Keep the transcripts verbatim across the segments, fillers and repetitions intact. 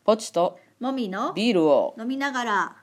ポチともみのビールを飲みながら。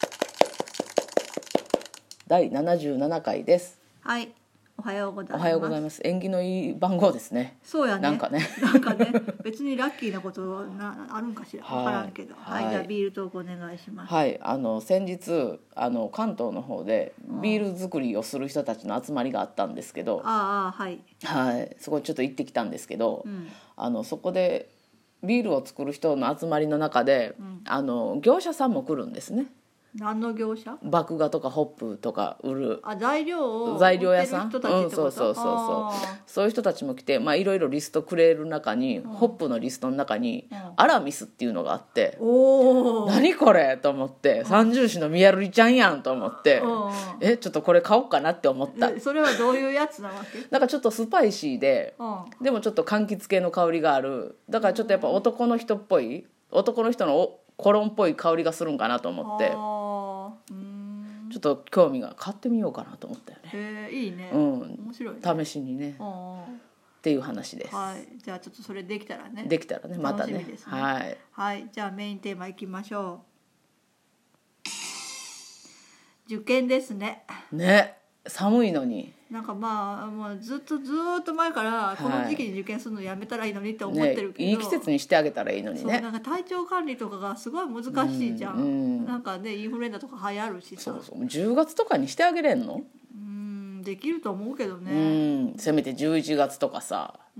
だいななじゅうななかいです。 はい、おはようございます。 おはようございます。縁起のいい番号ですね。 そうやね。 なんかねなんかね別にラッキーなことなあるんかしら、 はい分からんけど、はい、 はいじゃあビールトークお願いします。 はい、あの先日あの関東の方でビール作りをする人たちの集まりがあったんですけど、 ああ、はい、 はい、そこにちょっと行ってきたんですけど、 うん、 あのそこでビールを作る人の集まりの中で、 うん、 あの業者さんも来るんですね。 何の業者？ 麦芽とかホップとか売るあ、材料を材料屋さん、 売ってる人たちってこと？ うん、そうそうそうそうあそういう人たちも来て、まあ、いろいろリストくれる中に、 んホップのリストの中に、 うんアラミスっていうのがあって、 おお、 何これと思って、三重士のみやるりちゃんやんと思って、 うん、 えちょっとこれ買おうかなって思った。 えそれはどういうやつなわけ？ なんかちょっとスパイシーで、 うん、 でもちょっと柑橘系の香りがある。だからちょっとやっぱ男の人っぽい、男の人のおコロンっぽい香りがするんかなと思って、 あー、うーん、 ちょっと興味が、買ってみようかなと思ったよね。 へえ、いいね、 うん、 面白いね、 試しにねあー、 っていう話です。 はい、じゃあちょっとそれできたらね。 できたらね、またね。 楽しみですねはい。 はい、じゃあメインテーマいきましょう。受験ですね。 ね、寒いのに。 なんかまあもうずっとずっと前からこの時期に受験するのやめたらいいのにって思ってるけど、 ね、いい季節にしてあげたらいいのにね。 そう、なんか体調管理とかがすごい難しいじゃん、 うんうん、 なんかねインフルエンザとか流行るしさ。 そうそう、じゅうがつとかにしてあげれんの？ うん、できると思うけどね。 うん、せめてじゅういちがつとかさ。 うん、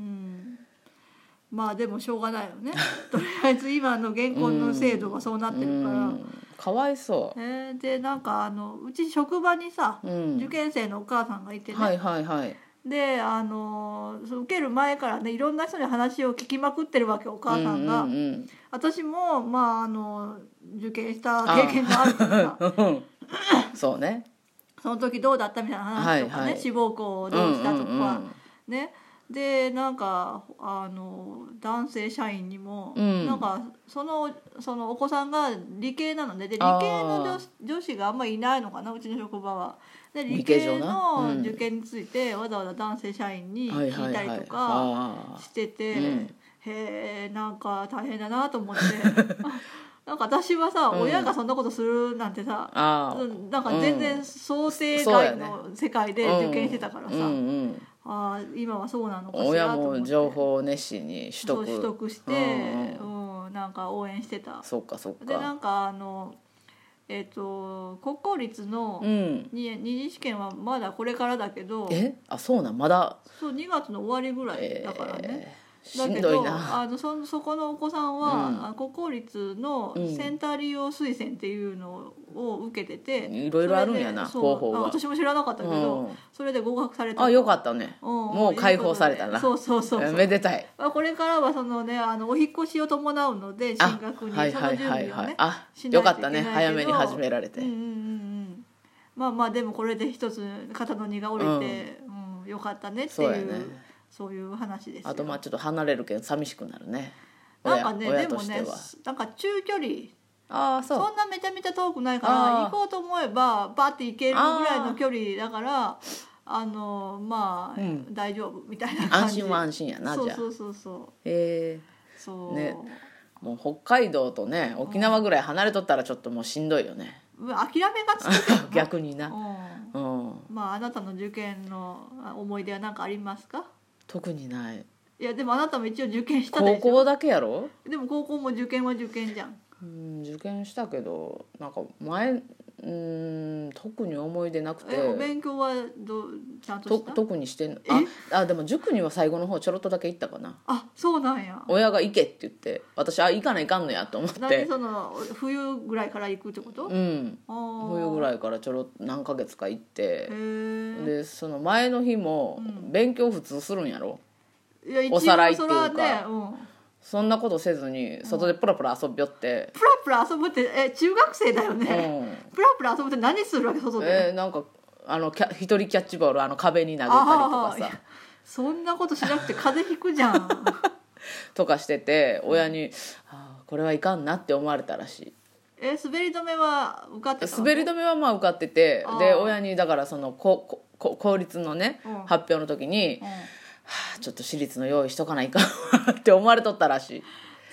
まあでもしょうがないよねとりあえず今の現行の制度がそうなってるから、 うん、かわいそう。 えー、でなんかあのうち職場にさ、 うん、 受験生のお母さんがいてね、 はいはいはい。 であの受ける前からねいろんな人に話を聞きまくってるわけ、お母さんが、 うんうんうん、 私もまああの受験した経験があるからさそうね、 その時どうだったみたいな話とかね、はいはい、志望校をどうしたとか、うんうんうん、ね、でなんかあの男性社員にも、うん、なんかそのそのお子さんが理系なので、で理系の 女, 女子があんまりいないのかな、うちの職場は。で理系の受験についてわざわざ男性社員に聞いたりとかしてて、はいはいはい、へえ、なんか大変だなと思ってなんか私はさ、うん、親がそんなことするなんてさ、なんか全然想定外の世界で受験してたからさ、うんうんうん、あ、今はそうなのかしらと思って、親も情報を熱心に取得取得して、うんうん、なんか応援してた。 そうかそうか。 でなんかあのえー、と国公立の二次試験はまだこれからだけど、 えあそうなんまだそうにがつの終わりぐらいだからね、えー、だけどしんどいな。 あの そ, そこのお子さんは、うん、国公立のセンター利用推薦っていうのを受けてて、うん、 いろいろあるんやな方法が。 私も知らなかったけど、うん、それで合格された。 あ、よかったね、うん、もう解放されたな。 そうそうそうそう、 めでたい。 これからはその、ね、あのお引越しを伴うので進学にその準備をね、はいはいはいはい、 あよかったね、早めに始められて、 うんうんうん、まあまあでもこれで一つ肩の荷が下りて、うんうん、よかったねっていう、そうやね、そういう話ですよ。 あとまあちょっと離れるけど寂しくなるね。 なんかね、でもね、なんか中距離、 ああ、そう、 そんなめちゃめちゃ遠くないから行こうと思えばバーって行けるぐらいの距離だから、あのまあ、うん、大丈夫みたいな感じ。 安心は安心やな。じゃあそうそうそうそう。 へえ、 そうね、もう北海道とね沖縄ぐらい離れとったらちょっともうしんどいよね、 うん、諦めがつくけど逆にな、 うんうん、まああなたの受験の思い出は何かありますか？ 特にない。 いやでもあなたも一応受験したでしょ。 高校だけやろ。でも高校も受験は受験じゃん。 うん、受験したけどなんか前うん特に思い出なくて。 お勉強はどうちゃんとした？ と特にしてんの。ああでも塾には最後の方ちょろっとだけ行ったかな。 あ、そうなんや。 親が行けって言って私あ行かないかんのやと思って。 何その冬ぐらいから行くってこと？ うん、冬ぐらいからちょろ何ヶ月か行って、でその前の日も勉強普通するんやろ、うん、いやおさらいっていうか、ね、うん、そんなことせずに外でプラプラ遊びよって、 うん、プラプラ遊ぶってえ中学生だよね、うん、プラプラ遊ぶって何するわけ外で。 えー、なんかあのキャ一人キャッチボールあの壁に投げたりとかさ、 そんなことしなくて風邪ひくじゃんとかしてて親に、あこれはいかんなって思われたらしい。 え滑り止めは受かってたの？ 滑り止めはまあ受かってて、で親にだからそのここ公立のね、うん、発表の時に、うん、はあ、ちょっと私立の用意しとかないかって思われとったらしい。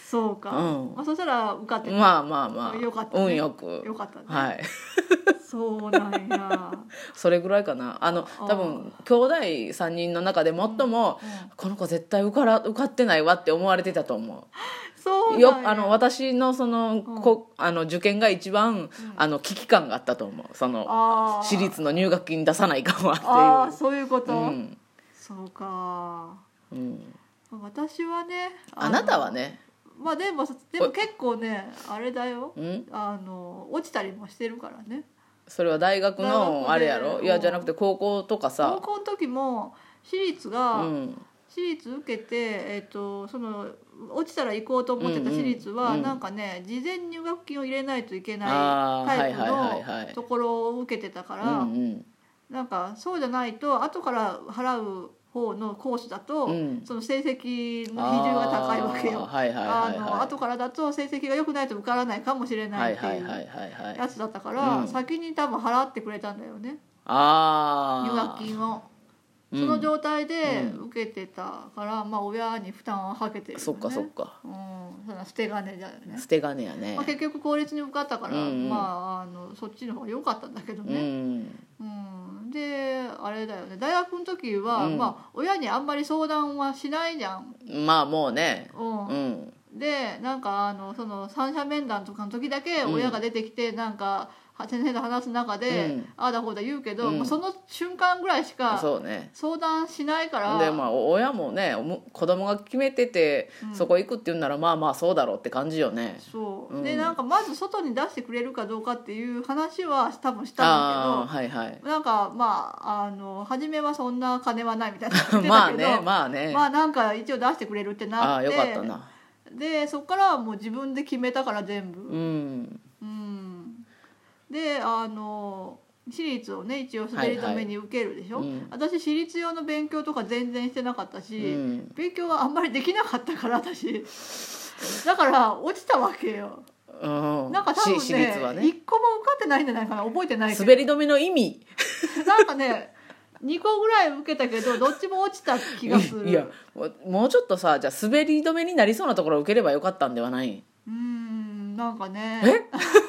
そうか、うんまあ、そしたら受かってた。 まあまあまあよかった、ね、 運よくよかったね。 はいそうなんやそれぐらいかな。あの多分兄弟さんにんの中で最も、うんうん、この子絶対受から受かってないわって思われてたと思う。 そうよあの私のその、うん、こあの受験が一番、うん、あの危機感があったと思う。その私立の入学金出さないかんわっていう。 ああそういうこと、うん、そうか、 うん、 私はねあ, あなたはねまあでもでも結構ねあれだよ、あの落ちたりもしてるからね。 それは大学のあれやろ。いやじゃなくて高校とかさ。 高校の時も私立が、うん、私立受けて、えー、とその落ちたら行こうと思ってた私立は、うんうん、なんかね事前入学金を入れないといけないタイプのところを受けてたから、うんうん、なんかそうじゃないと後から払う方のコースだと、うん、その成績の比重が高いわけよ。後からだと成績が良くないと受からないかもしれないっていうやつだったから、先に多分払ってくれたんだよね、 あ入学金を。その状態で受けてたから、うん、まあ親に負担をかけてるよね。 そっかそっか、 うん、その捨て金だよね。 捨て金やね、 まあ、結局公立に受かったから、うんうん、まあ、あのそっちの方が良かったんだけどね、うんうん、であれだよね大学の時は、うん、まあ親にあんまり相談はしないじゃん。 まあもうね、 うんうん、でなんかあのその三者面談とかの時だけ親が出てきて、うん、なんか先生と話す中で、うん、ああだこうだ言うけど、うん、その瞬間ぐらいしか相談しないから。 でまあ親もね子供が決めてて、うん、そこ行くって言うんならまあまあそうだろうって感じよね。 そう、うん、でなんかまず外に出してくれるかどうかっていう話は多分したんだけど、はいはい、なんかまああの初めはそんな金はないみたいな言ってたけどまあねまあねまあなんか一応出してくれるってなって、あよかったな。でそっからはもう自分で決めたから全部。うんであの私立をね一応滑り止めに受けるでしょ、はいはいうん、私私立用の勉強とか全然してなかったし、うん、勉強はあんまりできなかったから私だから落ちたわけよ、うん、なんか多分ね、ねいっこも受かってないんじゃないかな覚えてないけど滑り止めの意味なんかねにこぐらい受けたけどどっちも落ちた気がする。 いやもうちょっとさじゃあ滑り止めになりそうなところを受ければよかったんではない？ うーんなんかねえ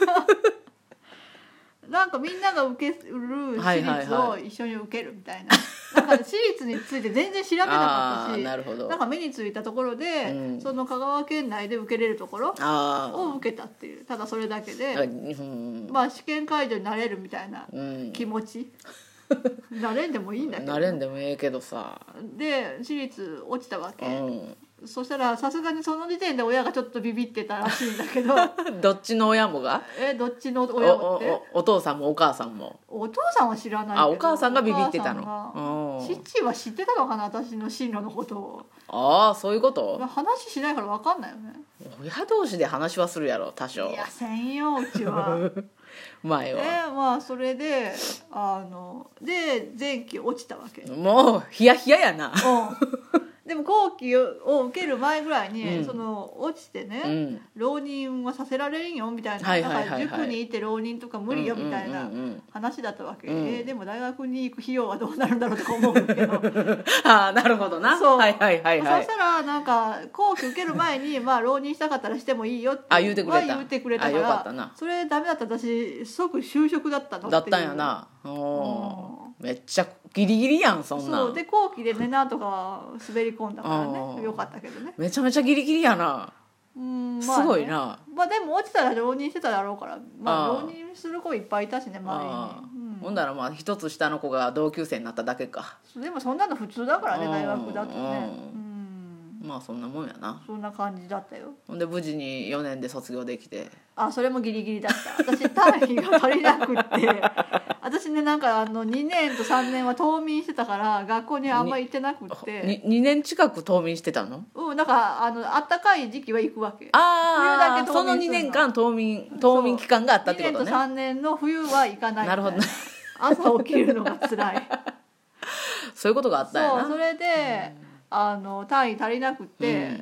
なんかみんなが受ける私立を一緒に受けるみたいな、はいはいはい、なんか私立について全然調べなかったしなるほどなんか目についたところで、うん、その香川県内で受けれるところを受けたっていうただそれだけで、うん、まあ試験会場になれるみたいな気持ち、うん、なれんでもいいんだけどなれんでもいいけどさで私立落ちたわけ、うんそしたらさすがにその時点で親がちょっとビビってたらしいんだけどどっちの親もがえどっちの親もってお, お, お父さんもお母さんもお父さんは知らないけどあお母さんがビビってたの父は知ってたのかな私の進路のことを。 ああそういうこと、 まあ、話しないから分かんないよね。 親同士で話はするやろ多少。 いやせんようちは前は、 えまあそれであので前期落ちたわけ。 もうヒヤヒヤやな、 うんでも後期を受ける前ぐらいに、うん、その落ちてね、うん、浪人はさせられんよみたいな、はいはいはいはい、塾に行って浪人とか無理よみたいな話だったわけ、うんうんうんうん、えー、でも大学に行く費用はどうなるんだろうとか思うんだけどああなるほどなそう、はいはいはいはい、 そしたらなんか後期受ける前にまあ浪人したかったらしてもいいよってあ言うてくれた言うてくれたからよかったな。 それダメだったら私即就職だったのだったんやな。お、うん、めっちゃギリギリやんそんなん。 そうで後期でねなんとか滑り込んだからねよかったけどね。 めちゃめちゃギリギリやな。 うん、まあね、 すごいな。 まあでも落ちたら浪人してただろうからまあ浪人する子いっぱいいたしね周りに、 うん、ほんならまあ一つ下の子が同級生になっただけか。 でもそんなの普通だからね大学だとね、うん、 まあそんなもんやな。 そんな感じだったよ。 ほんで無事によねんで卒業できて。 あそれもギリギリだった私単位が足りなくって私ねなんかあのにねんとさんねんは冬眠してたから学校にあんまり行ってなくってに, にねん近く冬眠してたの？ うんなんかあの暖かい時期は行くわけ。 ああそのにねんかん冬眠冬眠期間があったってことね。にねんとさんねんの冬は行かないみたいな。 なるほどね朝起きるのが辛いそういうことがあったんやな。 そうそれで、うん、あの単位足りなくって、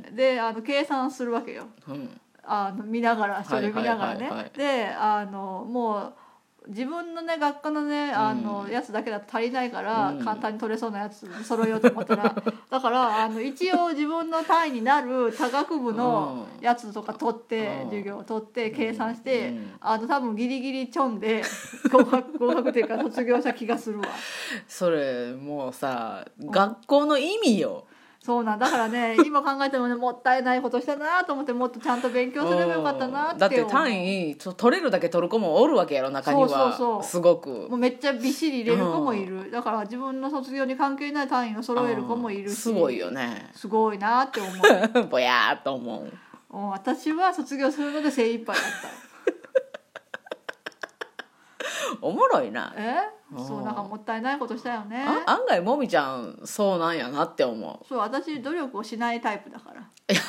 うん、であの計算するわけよ、うん、あの見ながら書類見ながらね、はいはいはいはい、であのもう自分のね学科のねあの、うん、やつだけだと足りないから、うん、簡単に取れそうなやつ揃えようと思ったらだからあの一応自分の単位になる他学部のやつとか取って、うん、授業を取って計算して、うん、あの多分ギリギリちょんで合格合格っていうか卒業した気がするわ。 それもうさ、うん、学校の意味よ。 そうなんだからね今考えてもねもったいないことしたなと思って、もっとちゃんと勉強すればよかったなって。 だって単位取れるだけ取る子もおるわけやろ中には。そうそうそう、すごくもうめっちゃびっしり入れる子もいる、うん、だから自分の卒業に関係ない単位を揃える子もいるし、 すごいよね。 すごいなって思うぼやーっと思う。 私は卒業するので精一杯だったおもろいな。 えそうなんかもったいないことしたよね。 あ案外もみちゃんそうなんやなって思う。そう私努力をしないタイプだから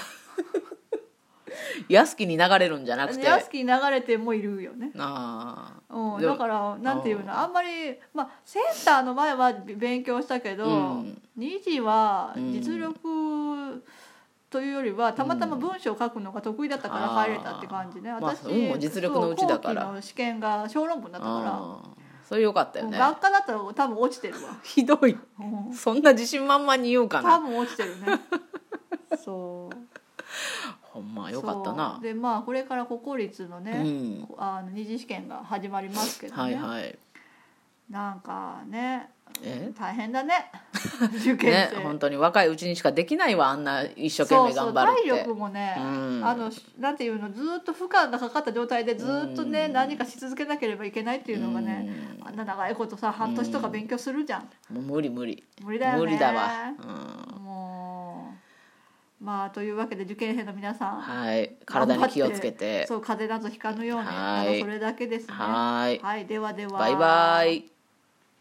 安きに流れるんじゃなくて安きに流れてもいるよね。あ、うん、だからなんていうのあんまり、まあ、センターの前は勉強したけど、うん、に次は実力というよりはたまたま文章を書くのが得意だったから入れたって感じね、うん、私、まあ、実力のうちだから後期の試験が小論文だったからそれよかったよね。 学科だったら多分落ちてるわ。 ひどい、うん、そんな自信満々に言うかな。 多分落ちてるねそうほんまよかったな。 でまあこれから国公立のね、うん、あの二次試験が始まりますけどね、はいはい、なんかねえ大変だね受験生ね。 本当に若いうちにしかできないわあんな一生懸命頑張るって。 そうそう体力もね、うん、あのなんていうのずっと負荷がかかった状態でずっとね、うん、何かし続けなければいけないっていうのがね、うん、あんな長いことさ半年とか勉強するじゃん、 うん、もう無理無理無理だよね。 無理だわ、 うん、もうまあというわけで受験生の皆さん、 はい、体に気をつけてそう風邪などひかぬように、はい、それだけですね。 はい、 はい、ではではバイバイ。